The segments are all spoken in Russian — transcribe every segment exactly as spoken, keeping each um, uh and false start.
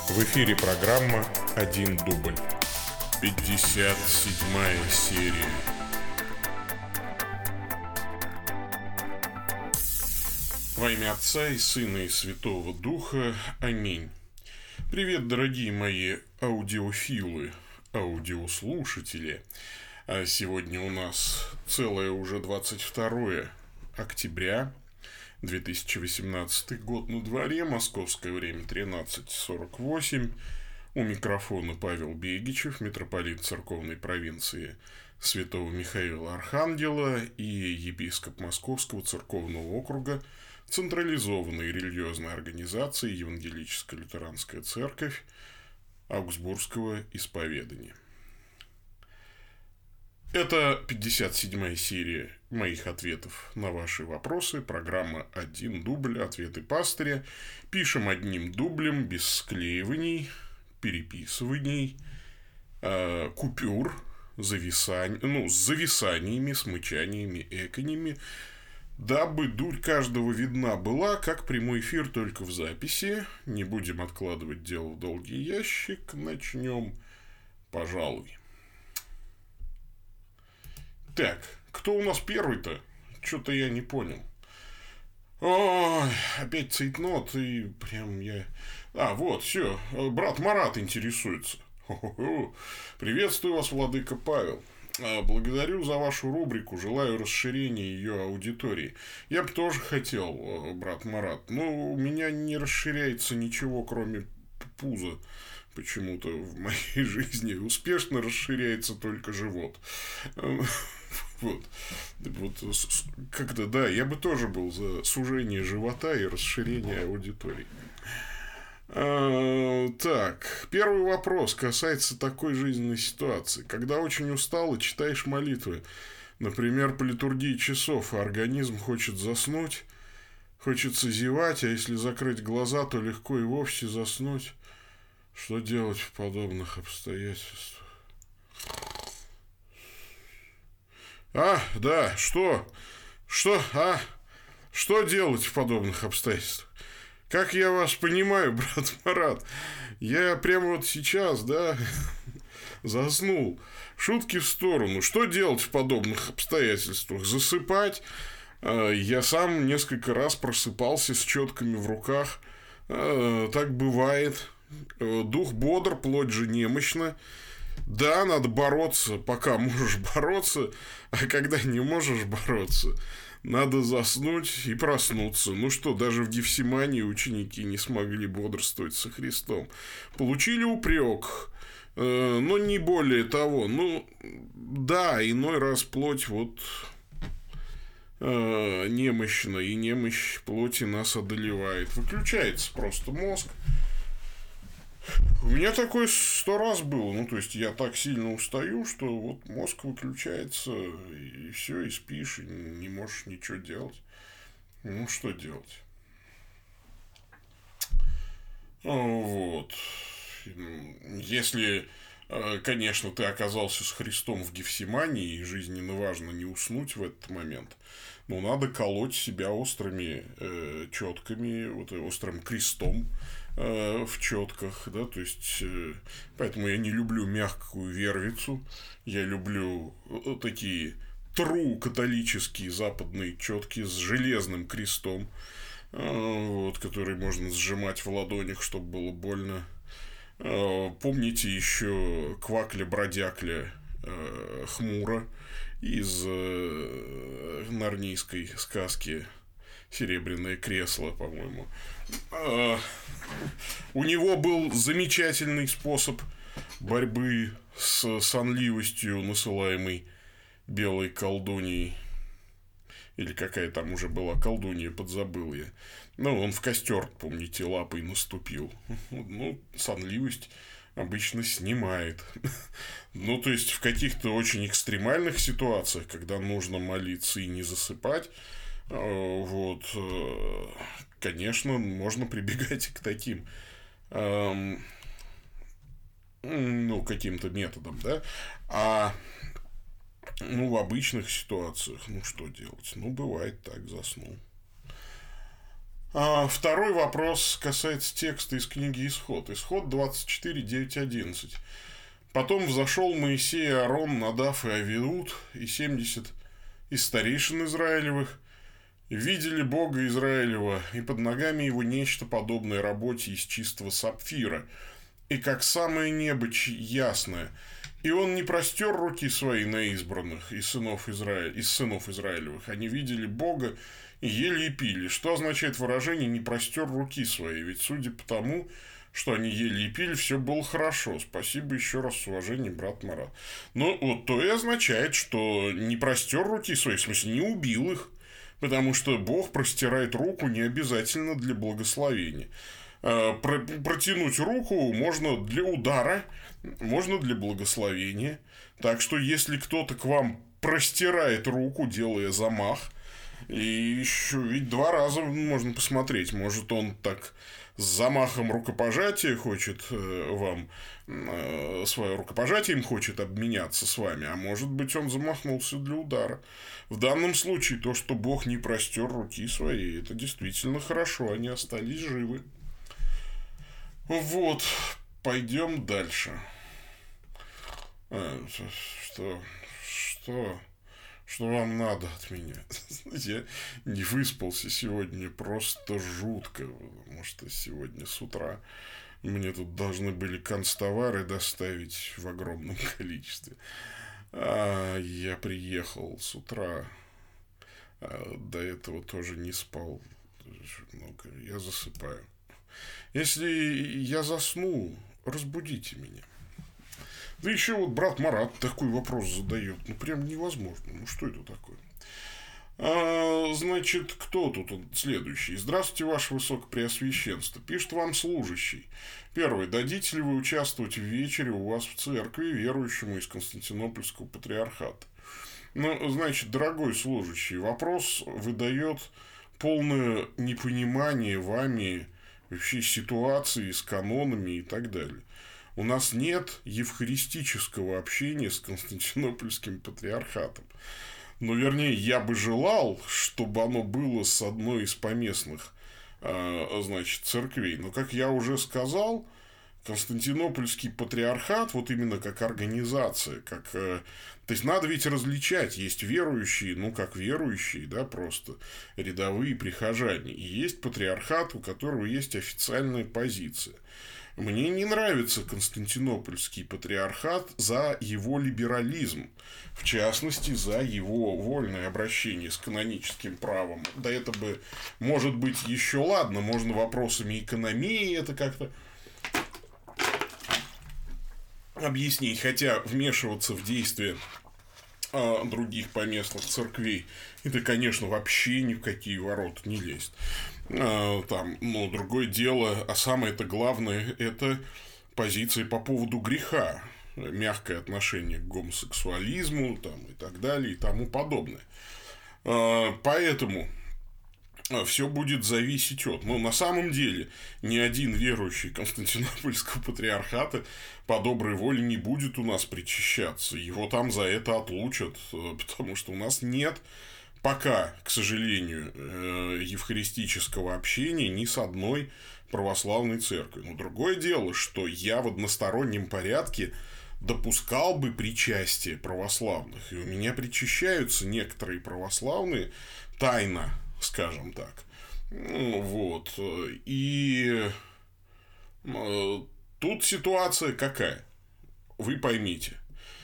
В эфире программа «Один дубль». пятьдесят седьмая серия. Во имя Отца и Сына и Святого Духа. Аминь. Привет, дорогие мои аудиофилы, аудиослушатели. А сегодня у нас целое уже двадцать второе октября, две тысячи восемнадцатый год на дворе, московское время тринадцать сорок восемь. У микрофона Павел Бегичев, митрополит церковной провинции Святого Михаила Архангела и епископ Московского церковного округа централизованной религиозной организации Евангелическая лютеранская церковь Аугсбургского исповедания. Это пятьдесят седьмая серия моих ответов на ваши вопросы. Программа «Один дубль. Ответы пастыря». Пишем одним дублем, без склеиваний, переписываний, э, купюр, зависаний, ну, с зависаниями, смычаниями, эконями, дабы дурь каждого видна была, как прямой эфир, только в записи. Не будем откладывать дело в долгий ящик. Начнем, пожалуй. Так, кто у нас первый-то? Что-то я не понял. Ой, опять цейтнот, и прям я... А, вот, все, брат Марат интересуется. Хо-хо-хо. Приветствую вас, владыка Павел. Благодарю за вашу рубрику, желаю расширения ее аудитории. Я бы тоже хотел, брат Марат, но у меня не расширяется ничего, кроме пуза. Почему-то в моей жизни успешно расширяется только живот. Вот. Вот как-то, да, я бы тоже был за сужение живота и расширение аудитории. А, так, первый вопрос касается такой жизненной ситуации. Когда очень устал и читаешь молитвы, например, по литургии часов, а организм хочет заснуть, хочется зевать, а если закрыть глаза, то легко и вовсе заснуть. Что делать в подобных обстоятельствах? А, да, что? Что, а? Что делать в подобных обстоятельствах? Как я вас понимаю, брат Марат, я прямо вот сейчас, да, заснул. Шутки в сторону. Что делать в подобных обстоятельствах? Засыпать? Я сам несколько раз просыпался с четками в руках. Так бывает. Дух бодр, плоть же немощна. Да, надо бороться, пока можешь бороться, а когда не можешь бороться, надо заснуть и проснуться. Ну что, даже в Гефсимании ученики не смогли бодрствовать со Христом. Получили упрек, э, но не более того. Ну, да, иной раз плоть вот э, немощна, и немощь плоти нас одолевает. Выключается просто мозг. У меня такое сто раз было. Ну, то есть, я так сильно устаю, что вот мозг выключается, и все, и спишь, и не можешь ничего делать. Ну, что делать? Вот. Если, конечно, ты оказался с Христом в Гефсимании, и жизненно важно не уснуть в этот момент, ну, надо колоть себя острыми э, четками, вот, острым крестом э, в четках, да, то есть, э, поэтому я не люблю мягкую вервицу, я люблю э, такие тру католические западные четки с железным крестом, э, вот, который можно сжимать в ладонях, чтобы было больно. Э, помните еще квакля-бродякля э, Хмура из э, нарнийской сказки «Серебряное кресло», по-моему. Э, у него был замечательный способ борьбы с сонливостью, насылаемой белой колдуньей. Или какая там уже была колдунья, подзабыл я. Ну, он в костер, помните, лапой наступил. Ну, сонливость обычно снимает. Ну, то есть, в каких-то очень экстремальных ситуациях, когда нужно молиться и не засыпать, вот, конечно, можно прибегать к таким, ну, каким-то методам, да. А, ну, в обычных ситуациях, ну, что делать? Ну, бывает так, заснул. А второй вопрос касается текста из книги Исход. Исход двадцать четыре, девять, одиннадцать. Потом взошел Моисей и Аарон, Надав и Авиуд, и семьдесят из старейшин Израилевых, и видели Бога Израилева, и под ногами его нечто подобное работе из чистого сапфира, и как самое небо ясное. И он не простер руки свои на избранных из сынов, Израиля, из сынов Израилевых. Они видели Бога и ели и пили. Что означает выражение «не простер руки свои»? Ведь судя по тому, что они ели и пили, все было хорошо. Спасибо еще раз с уважением, брат Марат. Ну, вот то и означает, что не простер руки свои, в смысле, не убил их. Потому что Бог простирает руку не обязательно для благословения. Протянуть руку можно для удара, можно для благословения. Так что, если кто-то к вам простирает руку, делая замах, и еще ведь два раза можно посмотреть. Может, он так с замахом рукопожатия хочет вам, свое рукопожатие им хочет обменяться с вами, а может быть, он замахнулся для удара. В данном случае то, что Бог не простер руки своей, это действительно хорошо, они остались живы. Вот, пойдем дальше. А, что, что, что вам надо от меня? Я не выспался сегодня, просто жутко, потому что сегодня с утра мне тут должны были канцтовары доставить в огромном количестве. А я приехал с утра, а до этого тоже не спал. Много. Я засыпаю. Если я засну, разбудите меня. Да еще вот брат Марат такой вопрос задает. Ну, прям невозможно. Ну, что это такое? А, значит, кто тут следующий? Здравствуйте, ваше высокопреосвященство. Пишет вам служащий. Первый. Дадите ли вы участвовать в вечере у вас в церкви верующему из Константинопольского патриархата? Ну, значит, дорогой служащий, вопрос выдает полное непонимание вами вообще ситуации с канонами и так далее. У нас нет евхаристического общения с Константинопольским патриархатом. Но, вернее, я бы желал, чтобы оно было с одной из поместных, значит, церквей. Но, как я уже сказал, Константинопольский патриархат, вот именно как организация, как... То есть, надо ведь различать. Есть верующие, ну, как верующие, да, просто рядовые прихожане. И есть патриархат, у которого есть официальная позиция. Мне не нравится Константинопольский патриархат за его либерализм. В частности, за его вольное обращение с каноническим правом. Да это бы, может быть, еще ладно. Можно вопросами экономии это как-то объяснить. Хотя вмешиваться в действия а, других поместных церквей, это, конечно, вообще ни в какие ворота не лезет. А, там, но другое дело, а самое-то главное, это позиции по поводу греха. Мягкое отношение к гомосексуализму там, и так далее и тому подобное. А, поэтому все будет зависеть от... Но на самом деле ни один верующий Константинопольского патриархата по доброй воле не будет у нас причащаться. Его там за это отлучат, потому что у нас нет пока, к сожалению, евхаристического общения ни с одной православной церковью. Но другое дело, что я в одностороннем порядке допускал бы причастие православных. И у меня причащаются некоторые православные тайно, скажем так. Вот. И тут ситуация какая? Вы поймите.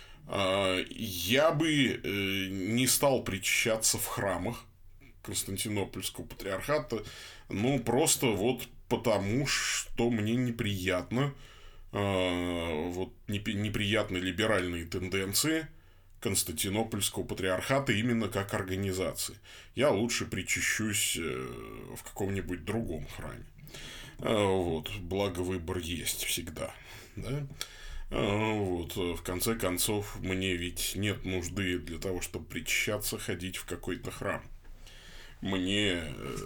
Я бы не стал причащаться в храмах Константинопольского патриархата, ну, просто вот потому, что мне неприятно вот неприятны либеральные тенденции Константинопольского патриархата именно как организации. Я лучше причащусь в каком-нибудь другом храме. Вот, благо выбор есть всегда, да? Вот, в конце концов, мне ведь нет нужды для того, чтобы причащаться, ходить в какой-то храм. Мне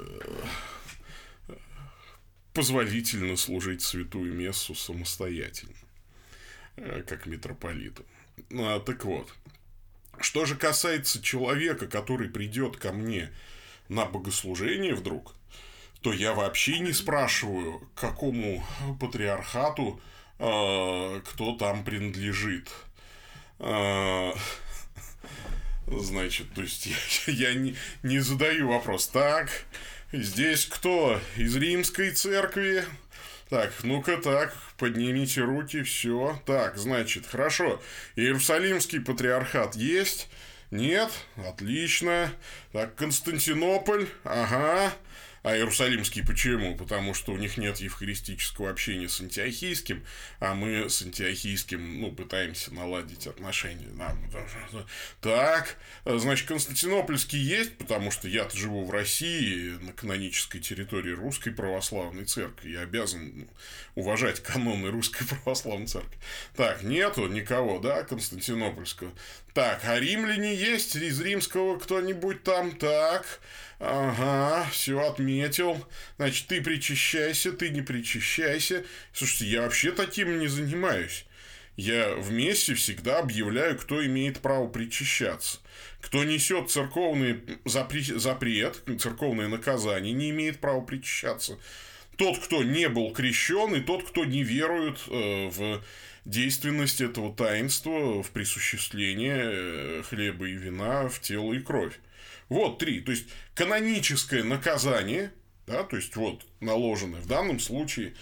позволительно служить святую мессу самостоятельно, как митрополиту. Ну, а так вот, что же касается человека, который придет ко мне на богослужение вдруг, то я вообще не спрашиваю, к какому патриархату э, кто там принадлежит. Э, значит, то есть я, я не, не задаю вопрос. Так, здесь кто? Из римской церкви? Так, ну-ка так, поднимите руки, все. Так, значит, хорошо. Иерусалимский патриархат есть? Нет? Отлично. Так, Константинополь? Ага. А Иерусалимский почему? Потому что у них нет евхаристического общения с антиохийским, а мы с антиохийским, ну, пытаемся наладить отношения. Так, значит, Константинопольский есть, потому что я-то живу в России, на канонической территории Русской Православной Церкви. Я обязан уважать каноны Русской Православной Церкви. Так, нету никого, да, Константинопольского. Так, а римляне есть? Из римского кто-нибудь там? Так... Ага, все отметил. Значит, ты причащайся, ты не причащайся. Слушайте, я вообще таким не занимаюсь. Я вместе всегда объявляю, кто имеет право причащаться. Кто несет церковный запрет, церковное наказание, не имеет права причащаться. Тот, кто не был крещен, и тот, кто не верует в действенность этого таинства, в присуществление хлеба и вина в тело и кровь. Вот три. То есть, каноническое наказание, да, то есть, вот, наложенное в данном случае,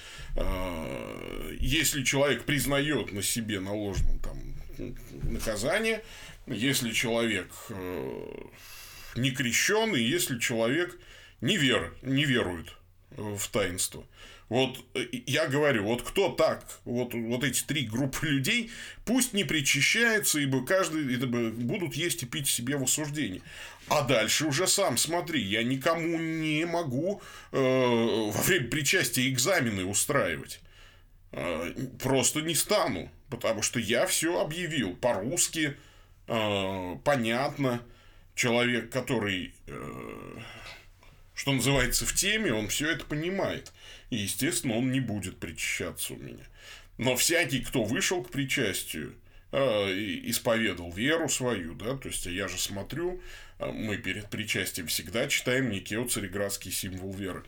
э, если человек признает на себе наложенным там наказание, если человек э, не крещен, и если человек не, вер, не верует в таинство. Вот я говорю, вот кто так, вот, вот эти три группы людей, пусть не причащается, ибо каждый ибо будут есть и пить себе в осуждении. А дальше уже сам смотри, я никому не могу э, во время причастия экзамены устраивать. Э, просто не стану, потому что я все объявил по-русски, э, понятно. Человек, который, э, что называется, в теме, он все это понимает. И, естественно, он не будет причащаться у меня. Но всякий, кто вышел к причастию, э, исповедал веру свою, да, то есть я же смотрю, мы перед причастием всегда читаем Никео, цареградский символ веры.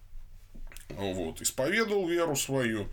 Вот, исповедал веру свою,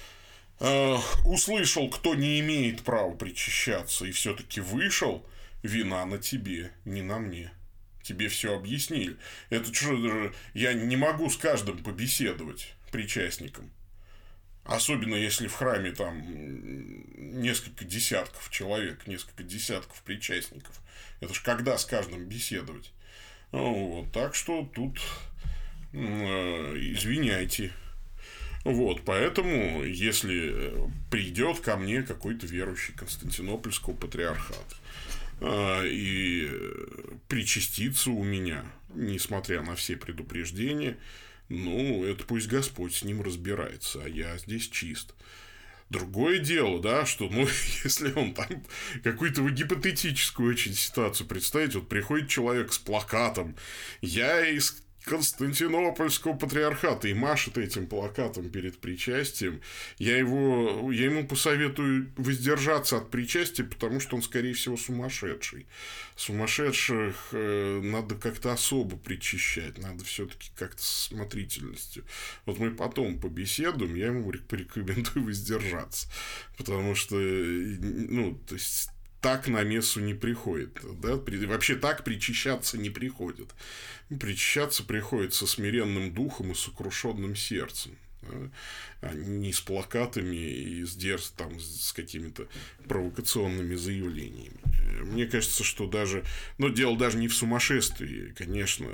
э, услышал, кто не имеет права причащаться, и все-таки вышел, вина на тебе, не на мне. Тебе все объяснили. Это что, я не могу с каждым побеседовать, причастником. Особенно если в храме там несколько десятков человек, несколько десятков причастников. Это ж когда с каждым беседовать? Вот, так что тут э, извиняйте. Вот, поэтому, если придет ко мне какой-то верующий Константинопольского патриархата э, и причастится у меня, несмотря на все предупреждения, ну, это пусть Господь с ним разбирается, а я здесь чист. Другое дело, да, что, ну, если он там какую-то гипотетическую очень ситуацию представить, вот приходит человек с плакатом, я из Константинопольского патриархата, и машет этим плакатом перед причастием, я, его, я ему посоветую воздержаться от причастия, потому что он, скорее всего, сумасшедший. Сумасшедших э, надо как-то особо причащать, надо все-таки как-то с смотрительностью. Вот мы потом побеседуем, я ему порекомендую воздержаться, потому что, ну, то есть, так на мессу не приходит, да? Вообще так причащаться не приходит. Причащаться приходит со смиренным духом и сокрушенным сердцем, да? А не с плакатами и с, дерз... там, с какими-то провокационными заявлениями. Мне кажется, что даже... Но дело даже не в сумасшествии, конечно,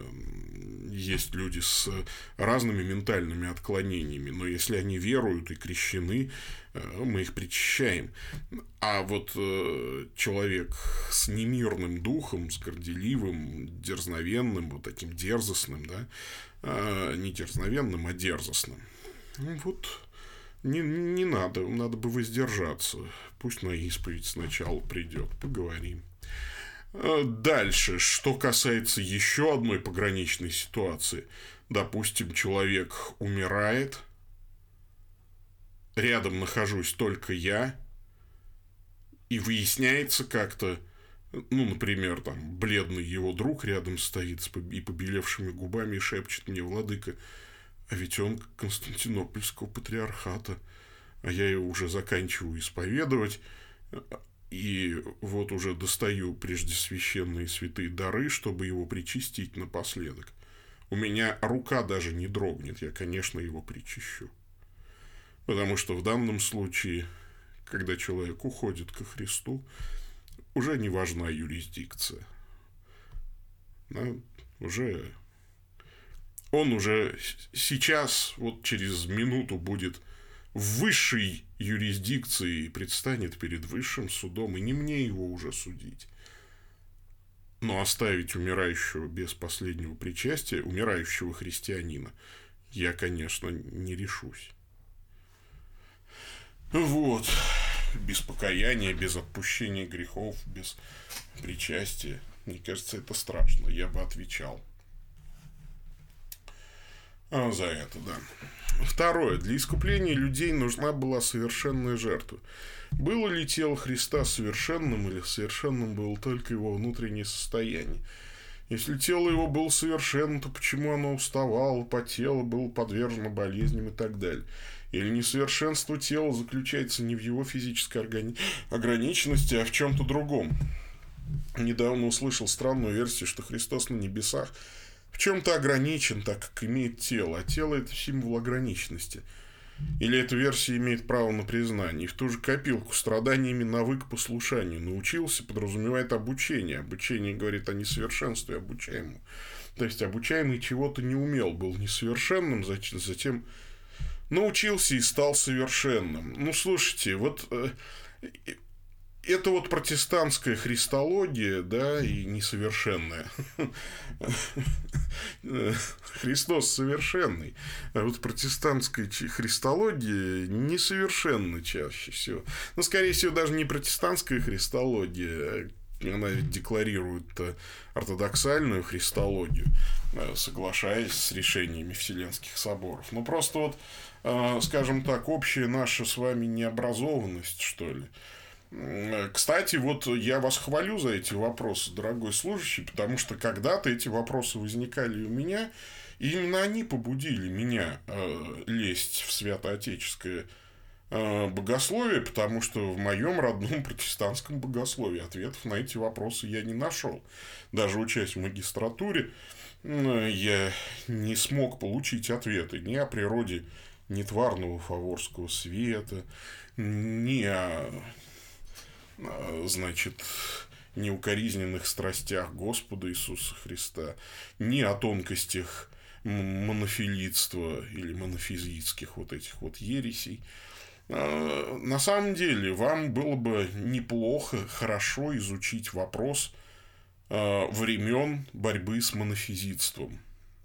есть люди с разными ментальными отклонениями, но если они веруют и крещены, мы их причащаем. А вот э, человек с немирным духом, с горделивым, дерзновенным, вот таким дерзостным, да, э, не дерзновенным, а дерзостным, вот не, не надо, надо бы воздержаться. Пусть на исповедь сначала придет, поговорим. Дальше, что касается еще одной пограничной ситуации. Допустим, человек умирает, рядом нахожусь только я, и выясняется как-то, Ну, например, там, бледный его друг рядом стоит с и побелевшими губами и шепчет мне: «Владыка, а ведь он Константинопольского патриархата, а я его уже заканчиваю исповедовать, и вот уже достаю прежде священные святые дары, чтобы его причастить напоследок. У меня рука даже не дрогнет, я, конечно, его причащу». Потому что в данном случае, когда человек уходит ко Христу, уже не важна юрисдикция. Да? Уже он уже сейчас, вот через минуту, будет в высшей юрисдикции и предстанет перед высшим судом, и не мне его уже судить. Но оставить умирающего без последнего причастия, умирающего христианина, я, конечно, не решусь. Вот. Без покаяния, без отпущения грехов, без причастия. Мне кажется, это страшно. Я бы отвечал а, за это, да. Второе. Для искупления людей нужна была совершенная жертва. Было ли тело Христа совершенным, или совершенным было только его внутреннее состояние? Если тело его было совершенным, то почему оно уставало, потело, было подвержено болезням и так далее? Или несовершенство тела заключается не в его физической органи... ограниченности, а в чем-то другом? Недавно услышал странную версию, что Христос на небесах в чем-то ограничен, так как имеет тело, а тело – это символ ограниченности. Или эта версия имеет право на признание. И в ту же копилку страданиями навык послушанию. Научился подразумевает обучение. Обучение говорит о несовершенстве обучаемого. То есть обучаемый чего-то не умел, был несовершенным, затем научился и стал совершенным. Ну, слушайте, вот э, это вот протестантская христология, да, и несовершенная. Христос совершенный. А вот протестантская христология несовершенна чаще всего. Ну, скорее всего, даже не протестантская христология, она ведь декларирует ортодоксальную христологию, соглашаясь с решениями Вселенских соборов. Ну, просто вот, скажем так, общая наша с вами необразованность, что ли. Кстати, вот я вас хвалю за эти вопросы, дорогой служащий, потому что когда-то эти вопросы возникали у меня, и именно они побудили меня э, лезть в святоотеческое э, богословие, потому что в моем родном протестантском богословии ответов на эти вопросы я не нашел. Даже учась в магистратуре, э, я не смог получить ответы ни о природе нетварного фаворского света, ни о значит, неукоризненных страстях Господа Иисуса Христа, ни о тонкостях монофилитства или монофизитских вот этих вот ересей. На самом деле, вам было бы неплохо, хорошо изучить вопрос времен борьбы с монофизитством.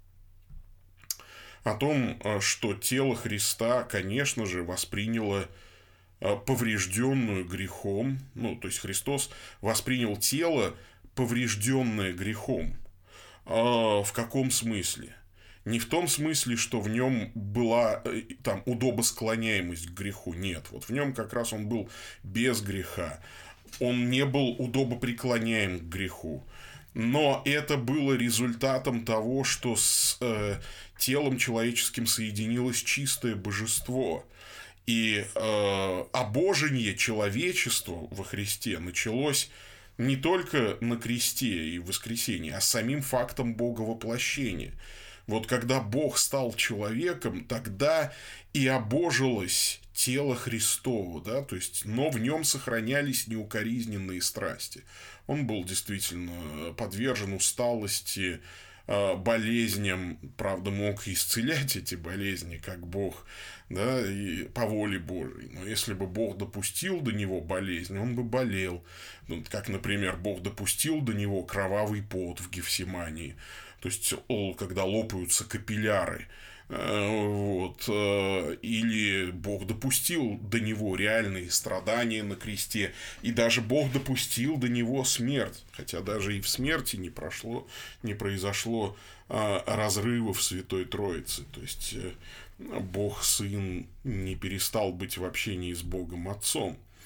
О том, что тело Христа, конечно же, восприняло поврежденную грехом, ну, то есть Христос воспринял тело, поврежденное грехом. А в каком смысле? Не в том смысле, что в нем была там удобосклоняемость к греху. Нет, вот в нем как раз он был без греха. Он не был удобопреклоняем к греху. Но это было результатом того, что с э, телом человеческим соединилось чистое божество. И э, обожение человечества во Христе началось не только на кресте и в воскресенье, а самим фактом боговоплощения. Вот когда Бог стал человеком, тогда и обожилось тело Христово, да, то есть, но в нем сохранялись неукоризненные страсти. Он был действительно подвержен усталости, болезням, правда, мог исцелять эти болезни, как Бог, да, и по воле Божией. Но если бы Бог допустил до него болезнь, он бы болел. Ну, как, например, Бог допустил до него кровавый пот в Гефсимании. То есть, когда лопаются капилляры. Вот. Или Бог допустил до него реальные страдания на кресте. И даже Бог допустил до него смерть. Хотя даже и в смерти не прошло, не произошло разрыва в Святой Троице. То есть, Бог Сын не перестал быть в общении с Богом Отцом.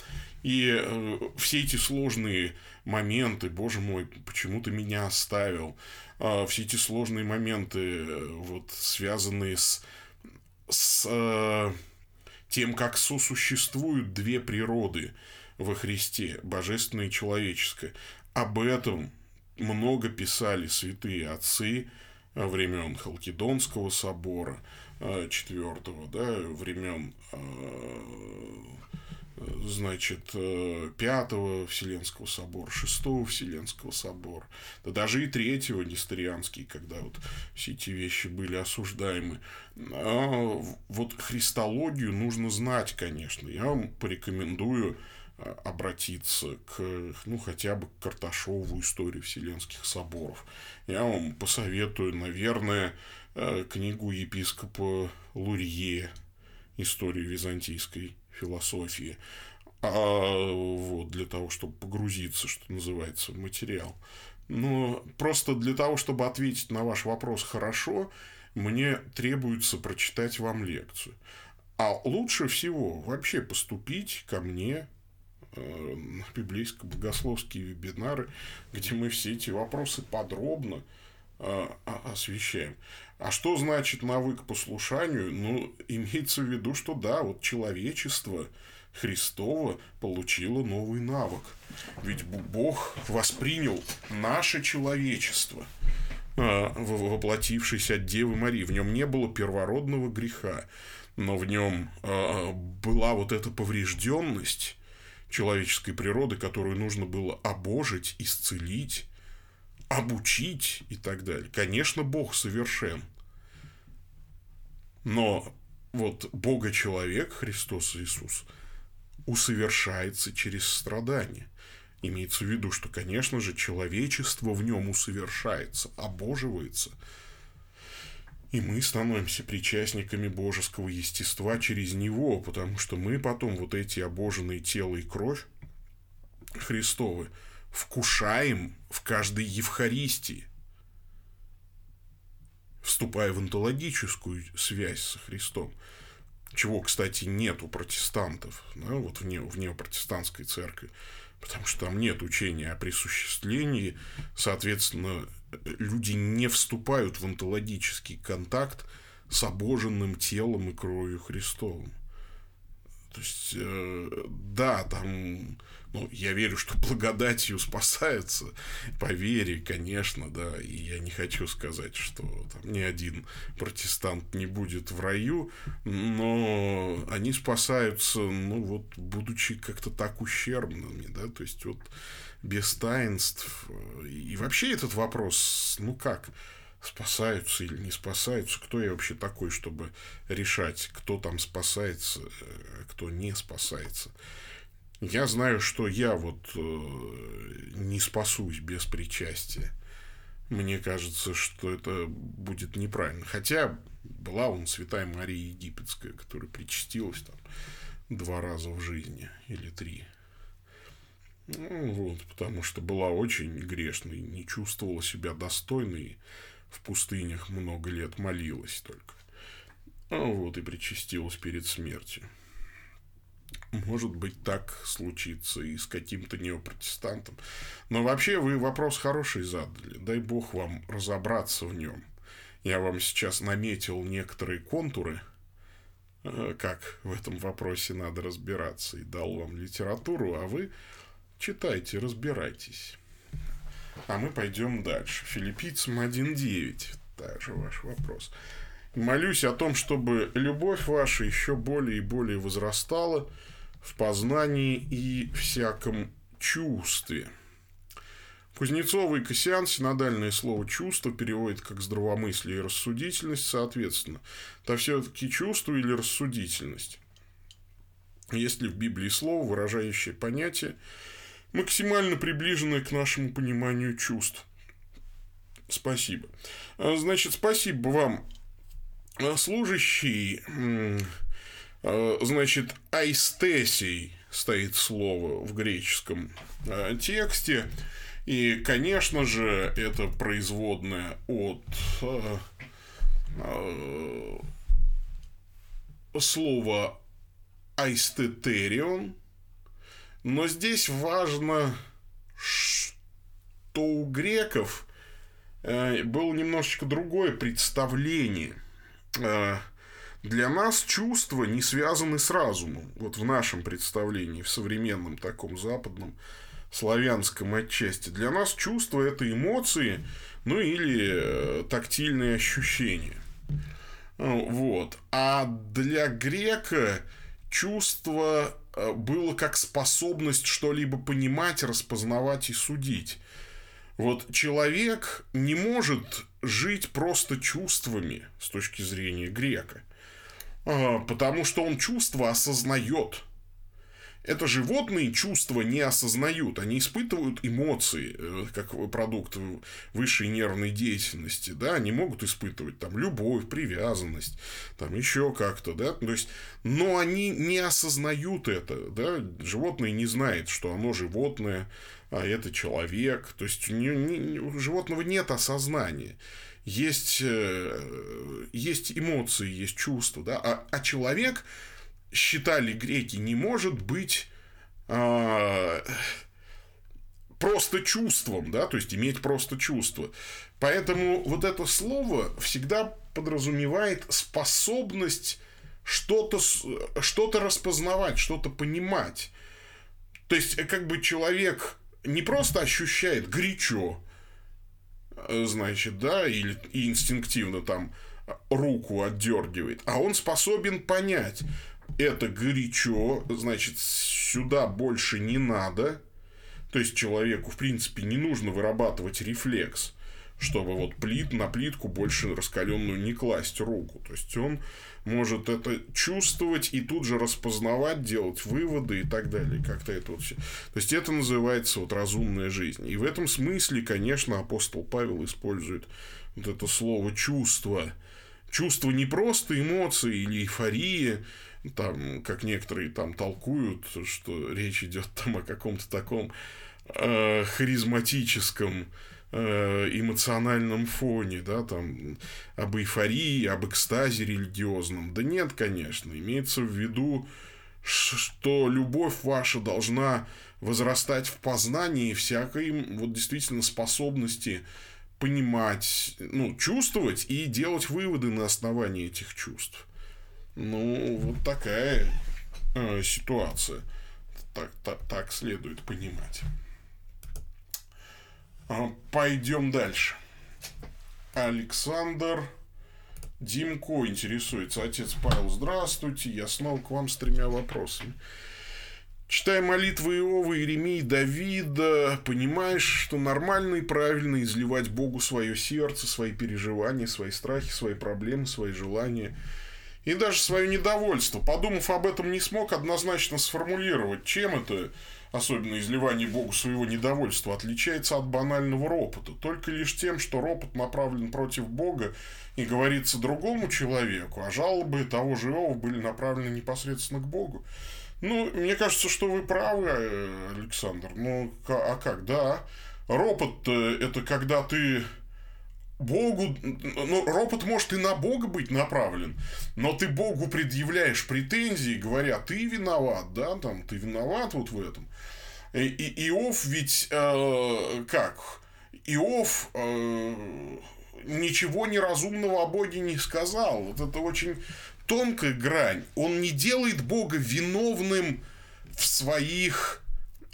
И э, все эти сложные моменты, боже мой, почему ты меня оставил, э, все эти сложные моменты, э, вот, связанные с, с э, тем, как сосуществуют две природы во Христе, божественная и человеческая. Об этом много писали святые отцы времен Халкидонского собора четвертого, да, времен, значит, пятого Вселенского собора, шестого Вселенского собора, да даже и третьего Несторианский, когда вот все эти вещи были осуждаемы. А вот христологию нужно знать, конечно. Я вам порекомендую обратиться к, ну, хотя бы к Карташову историю Вселенских соборов. Я вам посоветую, наверное, книгу епископа Лурье «История византийской философии», а, вот, для того, чтобы погрузиться, что называется, в материал. Но просто для того, чтобы ответить на ваш вопрос хорошо, мне требуется прочитать вам лекцию. А лучше всего вообще поступить ко мне на библейско-богословские вебинары, где мы все эти вопросы подробно э, освещаем. А что значит навык к послушанию? Ну, имеется в виду, что да, вот человечество Христово получило новый навык. Ведь Бог воспринял наше человечество, э, воплотившись от Девы Марии. В нем не было первородного греха, но в нем э, была вот эта поврежденность человеческой природы, которую нужно было обожить, исцелить, обучить и так далее. Конечно, Бог совершен. Но вот Бога-человек, Христос Иисус, усовершается через страдания. Имеется в виду, что, конечно же, человечество в нем усовершается, обоживается. И мы становимся причастниками божеского естества через него, потому что мы потом вот эти обоженные тело и кровь Христовы вкушаем в каждой Евхаристии, вступая в онтологическую связь со Христом, чего, кстати, нет у протестантов, да, вот в, не, в неопротестантской церкви, потому что там нет учения о присуществлении, соответственно, люди не вступают в онтологический контакт с обоженным телом и кровью Христовым. То есть, э, да, там, ну, я верю, что благодатью спасаются, по вере, конечно, да, и я не хочу сказать, что там ни один протестант не будет в раю, но они спасаются, ну, вот, будучи как-то так ущербными, да, то есть, вот, без таинств. И вообще этот вопрос, ну, как, спасаются или не спасаются, кто я вообще такой, чтобы решать, кто там спасается, кто не спасается. Я знаю, что я вот э, не спасусь без причастия. Мне кажется, что это будет неправильно. Хотя была вон святая Мария Египетская, которая причастилась там два раза в жизни или три. Ну, вот, потому что была очень грешной, не чувствовала себя достойной, в пустынях много лет молилась только. Ну, вот, и причастилась перед смертью. Может быть, так случится и с каким-то неопротестантом. Но вообще вы вопрос хороший задали. Дай Бог вам разобраться в нем. Я вам сейчас наметил некоторые контуры, как в этом вопросе надо разбираться, и дал вам литературу, а вы читайте, разбирайтесь. А мы пойдем дальше. Филиппийцам один девять. Также ваш вопрос. Молюсь о том, чтобы любовь ваша еще более и более возрастала в познании и всяком чувстве. Кузнецова и Кассиан синодальное слово «чувство» переводит как здравомыслие и рассудительность, соответственно. Это все-таки чувство или рассудительность? Есть ли в Библии слово, выражающее понятие, максимально приближенное к нашему пониманию чувств? Спасибо. Значит, спасибо вам, служащий. Значит, аистесий стоит слово в греческом тексте. И, конечно же, это производное от слова аистетерион. Но здесь важно, что у греков было немножечко другое представление. Для нас чувства не связаны с разумом. Вот в нашем представлении, в современном таком западном, славянском отчасти. Для нас чувства – это эмоции, ну или тактильные ощущения. Вот. А для грека чувство было как способность что-либо понимать, распознавать и судить. Вот человек не может жить просто чувствами с точки зрения грека, потому что он чувства осознает. Это животные чувства не осознают, они испытывают эмоции, как продукт высшей нервной деятельности, да, они могут испытывать там любовь, привязанность, там еще как-то, да, то есть, но они не осознают это, да, животное не знает, что оно животное, а это человек, то есть, не, не, у животного нет осознания. Есть, есть эмоции, есть чувства, да, а, а человек, считали греки, не может быть а, просто чувством, да, то есть иметь просто чувство. Поэтому вот это слово всегда подразумевает способность что-то, что-то распознавать, что-то понимать. То есть, как бы человек не просто ощущает горячо, значит, да, или инстинктивно там руку отдергивает, а он способен понять: это горячо, значит, сюда больше не надо. То есть человеку, в принципе, не нужно вырабатывать рефлекс, чтобы вот плит, на плитку больше раскаленную не класть руку. То есть он может это чувствовать и тут же распознавать, делать выводы и так далее. Как-то это вот все. То есть это называется вот разумная жизнь. И в этом смысле, конечно, апостол Павел использует вот это слово чувство. Чувство не просто эмоции или эйфория, там, как некоторые там толкуют, что речь идет там о каком-то таком э, харизматическом э, эмоциональном фоне, да, там, об эйфории, об экстазе религиозном. Да нет, конечно, имеется в виду, что любовь ваша должна возрастать в познании всякой вот действительно способности понимать, ну, чувствовать и делать выводы на основании этих чувств. Ну, вот такая э, ситуация. Так, так, так следует понимать. Пойдем дальше. Александр Димко интересуется. Отец Павел, здравствуйте. Я снова к вам с тремя вопросами. Читая молитвы Иова, Иеремии, Давида, понимаешь, что нормально и правильно изливать Богу свое сердце, свои переживания, свои страхи, свои проблемы, свои желания и даже свое недовольство. Подумав об этом, не смог однозначно сформулировать, чем это, особенно изливание Богу своего недовольства, отличается от банального ропота. Только лишь тем, что ропот направлен против Бога и говорится другому человеку, а жалобы того же Иова были направлены непосредственно к Богу. Ну, мне кажется, что вы правы, Александр. Ну, а как? Да. Ропот – это когда ты Богу... Ну, ропот может и на Бога быть направлен, но ты Богу предъявляешь претензии, говоря: ты виноват, да, там, ты виноват вот в этом. И, и Иов ведь... Э, как? Иов... Э, ничего неразумного о Боге не сказал. Вот это очень тонкая грань. Он не делает Бога виновным в своих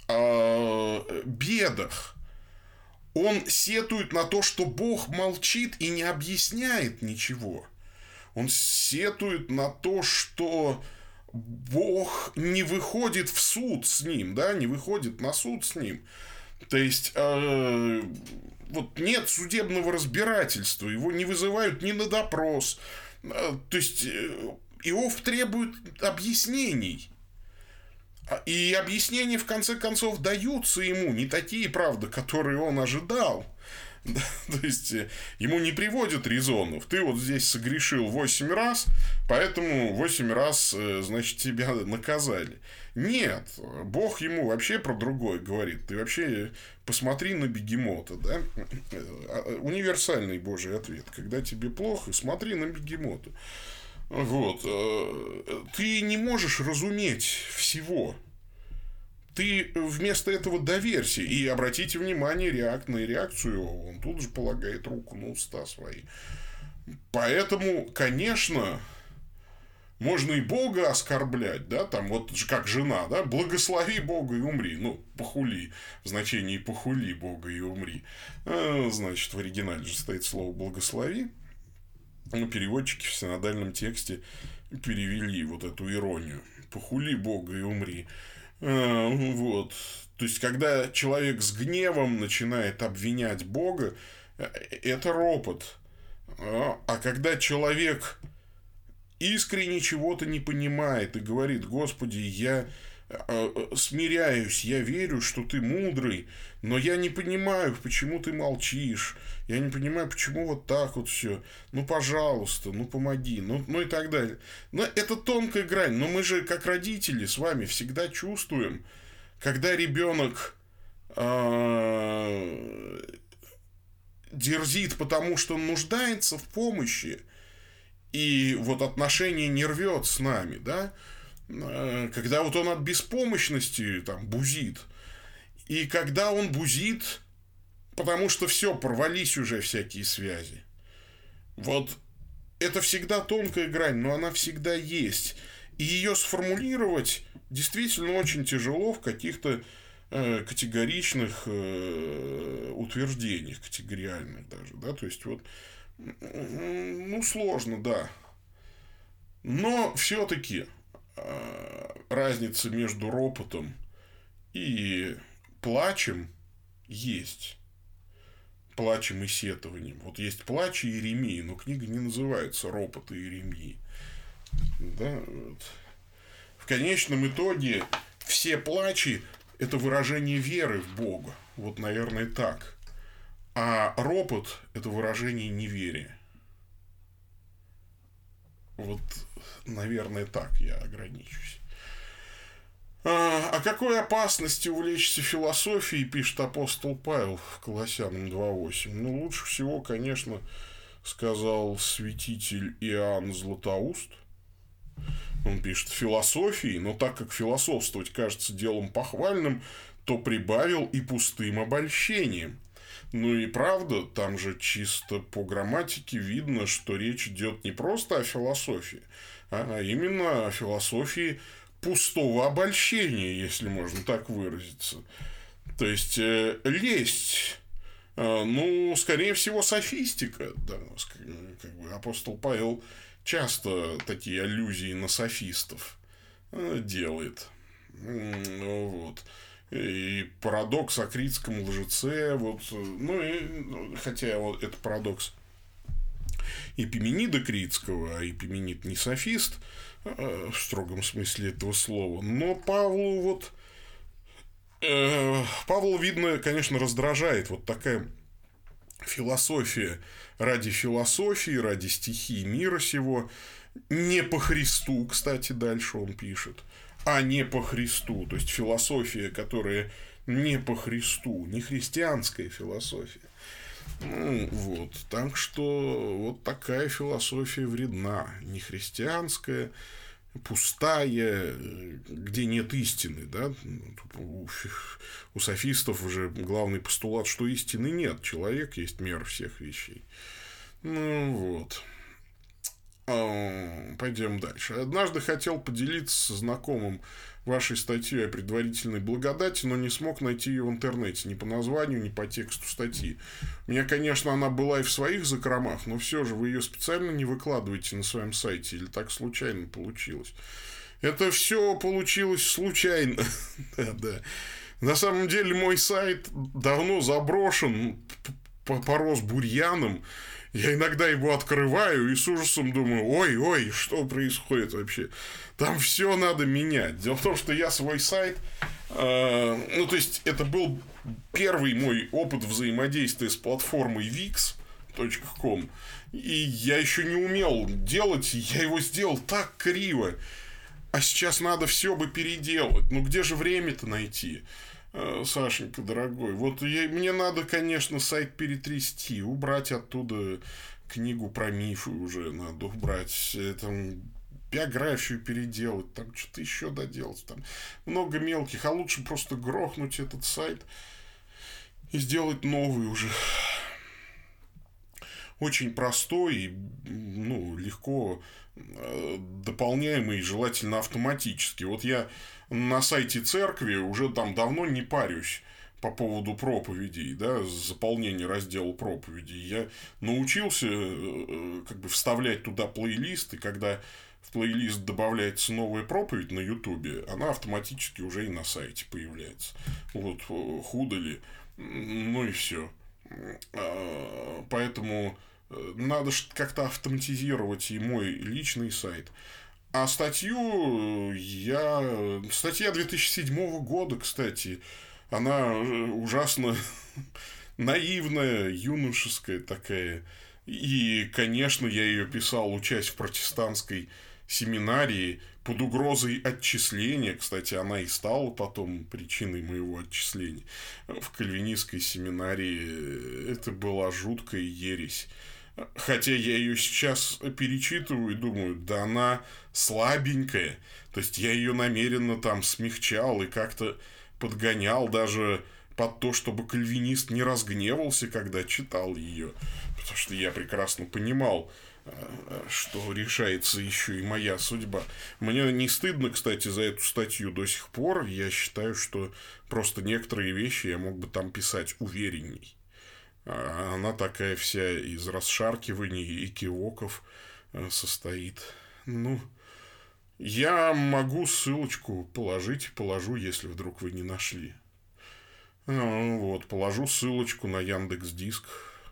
э, бедах. Он сетует на то, что Бог молчит и не объясняет ничего. Он сетует на то, что Бог не выходит в суд с ним, да, не выходит на суд с ним. То есть, э, вот нет судебного разбирательства, его не вызывают ни на допрос. То есть, Иов требует объяснений. И объяснения, в конце концов, даются ему, не такие, правда, которые он ожидал. То есть, ему не приводят резонов. Ты вот здесь согрешил восемь раз, поэтому восемь раз, значит, тебя наказали. Нет, Бог ему вообще про другое говорит. Ты вообще посмотри на бегемота, да? Универсальный Божий ответ. Когда тебе плохо, смотри на бегемота. Вот. Ты не можешь разуметь всего. ты вместо этого доверься. И обратите внимание реак... на реакцию. Он тут же полагает руку на уста свои. Поэтому, конечно, можно и Бога оскорблять, да, там вот как жена, да, благослови Бога и умри, ну, похули, в значении похули Бога и умри, а, значит, в оригинале же стоит слово благослови, ну, переводчики в синодальном тексте перевели вот эту иронию, похули Бога и умри, а, вот, то есть, когда человек с гневом начинает обвинять Бога, это ропот, а, а когда человек искренне чего-то не понимает и говорит: Господи, я э, смиряюсь, я верю, что ты мудрый, но я не понимаю, почему ты молчишь, я не понимаю, почему вот так вот все, ну, пожалуйста, ну, помоги, ну, ну и так далее. Но это тонкая грань, но мы же, как родители, с вами всегда чувствуем, когда ребенок э, дерзит, потому что он нуждается в помощи, и вот отношение не рвет с нами, да, когда вот он от беспомощности там бузит, и когда он бузит, потому что все, порвались уже всякие связи. Вот это всегда тонкая грань, но она всегда есть. И ее сформулировать действительно очень тяжело в каких-то э, категоричных э, утверждениях, категориальных даже, да, то есть вот, ну, сложно, да. Но все-таки э, разница между ропотом и плачем есть. Плачем и сетованием. Вот есть плач и иеремия, но книга не называется «Ропот и иеремия». Да, вот. В конечном итоге все плачи – это выражение веры в Бога. Вот, наверное, так. А ропот – это выражение неверия. Вот, наверное, так я ограничусь. А, о какой опасности увлечься философией, пишет апостол Павел в Колоссянам два восемь. Ну, лучше всего, конечно, сказал святитель Иоанн Златоуст. Он пишет: философией, но так как философствовать кажется делом похвальным, то прибавил и пустым обольщением. Ну и правда, там же чисто по грамматике видно, что речь идет не просто о философии, а именно о философии пустого обольщения, если можно так выразиться. То есть, э, лесть, э, ну, скорее всего, софистика. Да, как бы апостол Павел часто такие аллюзии на софистов э, делает. Вот. И парадокс о критском лжеце, вот, ну, и, хотя вот это парадокс Эпименида Критского, а Эпименид не софист в строгом смысле этого слова, но Павлу вот э, Павлу, видно, конечно, раздражает вот такая философия ради философии, ради стихии мира сего, не по Христу, кстати, дальше он пишет, а не по Христу. То есть философия, которая не по Христу, не христианская философия. Ну, вот. Так что вот такая философия вредна. Не христианская, пустая, где нет истины. Да? У софистов уже главный постулат, что истины нет. Человек есть мера всех вещей. Ну вот. Пойдем дальше. Однажды хотел поделиться со знакомым вашей статьей о предварительной благодати, но не смог найти ее в интернете ни по названию, ни по тексту статьи. У меня, конечно, она была и в своих закромах, но все же вы ее специально не выкладываете на своем сайте или так случайно получилось? Это все получилось случайно. Да, да. На самом деле мой сайт давно заброшен, порос бурьяном. Я иногда его открываю и с ужасом думаю: ой, ой, что происходит вообще? Там все надо менять. Дело в том, что я свой сайт, э, ну, то есть, это был первый мой опыт взаимодействия с платформой викс точка ком, и я еще не умел делать, и я его сделал так криво. А сейчас надо все бы переделать. Ну, где же время-то найти? Сашенька, дорогой, вот я, мне надо, конечно, сайт перетрясти, убрать оттуда книгу про мифы уже надо убрать. Это биографию переделать, там что-то еще доделать, там много мелких, а лучше просто грохнуть этот сайт и сделать новый уже. Очень простой и, ну, легко дополняемый, желательно автоматически. Вот я на сайте церкви уже там давно не парюсь по поводу проповедей, да, заполнения раздела проповедей. Я научился как бы вставлять туда плейлист, и когда в плейлист добавляется новая проповедь на Ютубе, она автоматически уже и на сайте появляется. Вот, худо ли. Ну и все. Поэтому надо как-то автоматизировать и мой личный сайт. А статью я... Статья две тысячи седьмого года, кстати, она ужасно наивная, юношеская такая. И, конечно, я ее писал, учась в протестантской семинарии, под угрозой отчисления. Кстати, она и стала потом причиной моего отчисления. В кальвинистской семинарии это была жуткая ересь. Хотя я ее сейчас перечитываю и думаю, да она слабенькая. То есть, я ее намеренно там смягчал и как-то подгонял даже под то, чтобы кальвинист не разгневался, когда читал ее. Потому что я прекрасно понимал, что решается еще и моя судьба. Мне не стыдно, кстати, за эту статью до сих пор. Я считаю, что просто некоторые вещи я мог бы там писать уверенней. Она такая вся из расшаркиваний и кивоков состоит. Ну, я могу ссылочку положить, положу, если вдруг вы не нашли. Вот, положу ссылочку на Яндекс.Диск.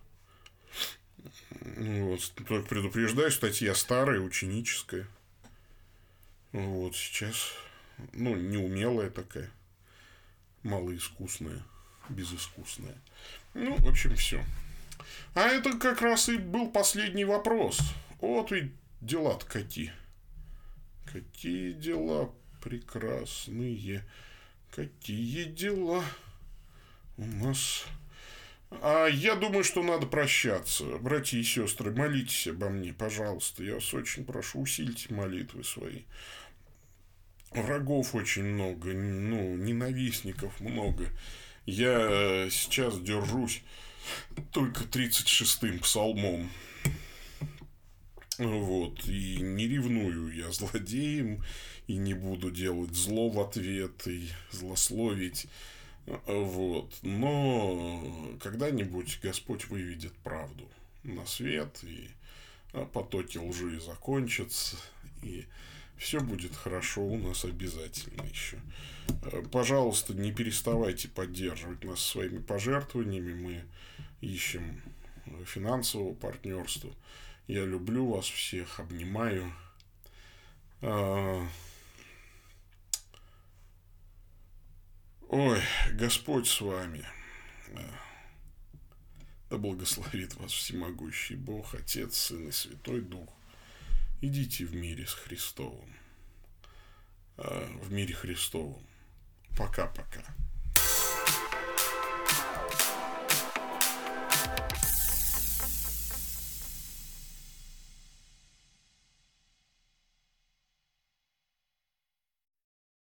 Вот, только предупреждаю, статья старая, ученическая. Вот, сейчас, ну, неумелая такая, малоискусная, безыскусная. Ну, в общем, все. А это как раз и был последний вопрос. Вот ведь дела-то какие. Какие дела прекрасные. Какие дела у нас. А я думаю, что надо прощаться. Братья и сестры, молитесь обо мне, пожалуйста. Я вас очень прошу, усильте молитвы свои. Врагов очень много, ну, ненавистников много. Я сейчас держусь только тридцать шестым псалмом. Вот. И не ревную я злодеем, и не буду делать зло в ответ, и злословить. Вот. Но когда-нибудь Господь выведет правду на свет, и потоки лжи закончатся, и все будет хорошо у нас обязательно еще. Пожалуйста, не переставайте поддерживать нас своими пожертвованиями. Мы ищем финансового партнерства. Я люблю вас всех, обнимаю. Ой, Господь с вами. Да благословит вас всемогущий Бог, Отец, Сын и Святой Дух. Идите в мире с Христовым. В мире Христовом. Пока-пока.